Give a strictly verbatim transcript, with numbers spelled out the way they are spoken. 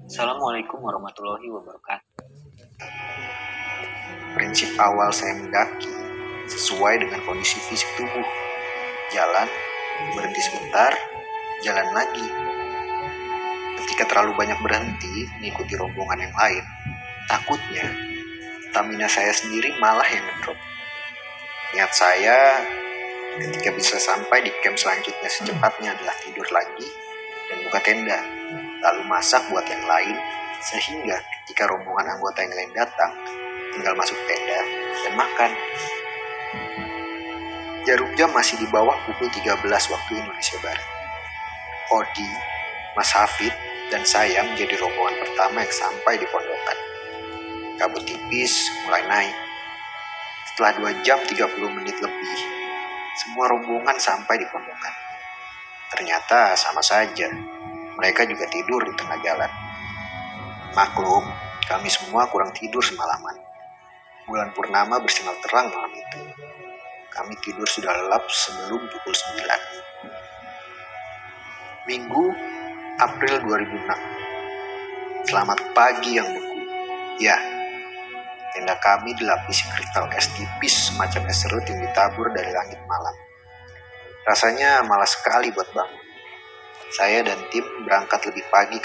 Assalamualaikum warahmatullahi wabarakatuh. Prinsip awal saya mendaki sesuai dengan kondisi fisik tubuh. Jalan, berhenti sebentar, jalan lagi. Ketika terlalu banyak berhenti mengikuti rombongan yang lain, takutnya stamina saya sendiri malah yang ngedrop. Niat saya ketika bisa sampai di camp selanjutnya secepatnya adalah tidur lagi dan buka tenda, lalu masak buat yang lain, sehingga ketika rombongan anggota yang lain datang, tinggal masuk tenda dan makan. Jarum jam masih di bawah pukul tiga belas waktu Indonesia Barat. Odi, Mas Hafid, dan saya menjadi rombongan pertama yang sampai di pondokan. Kabut tipis mulai naik. Setelah dua jam tiga puluh menit lebih, semua rombongan sampai di pondokan. Ternyata sama saja, mereka juga tidur di tengah jalan. Maklum, kami semua kurang tidur semalaman. Bulan purnama bersinar terang malam itu. Kami tidur sudah lelap sebelum pukul sembilan. Minggu, April dua ribu enam. Selamat pagi yang beku. Ya, tenda kami dilapisi kristal es tipis semacam es serut yang ditabur dari langit malam. Rasanya malas sekali buat bangun. Saya dan tim berangkat lebih pagi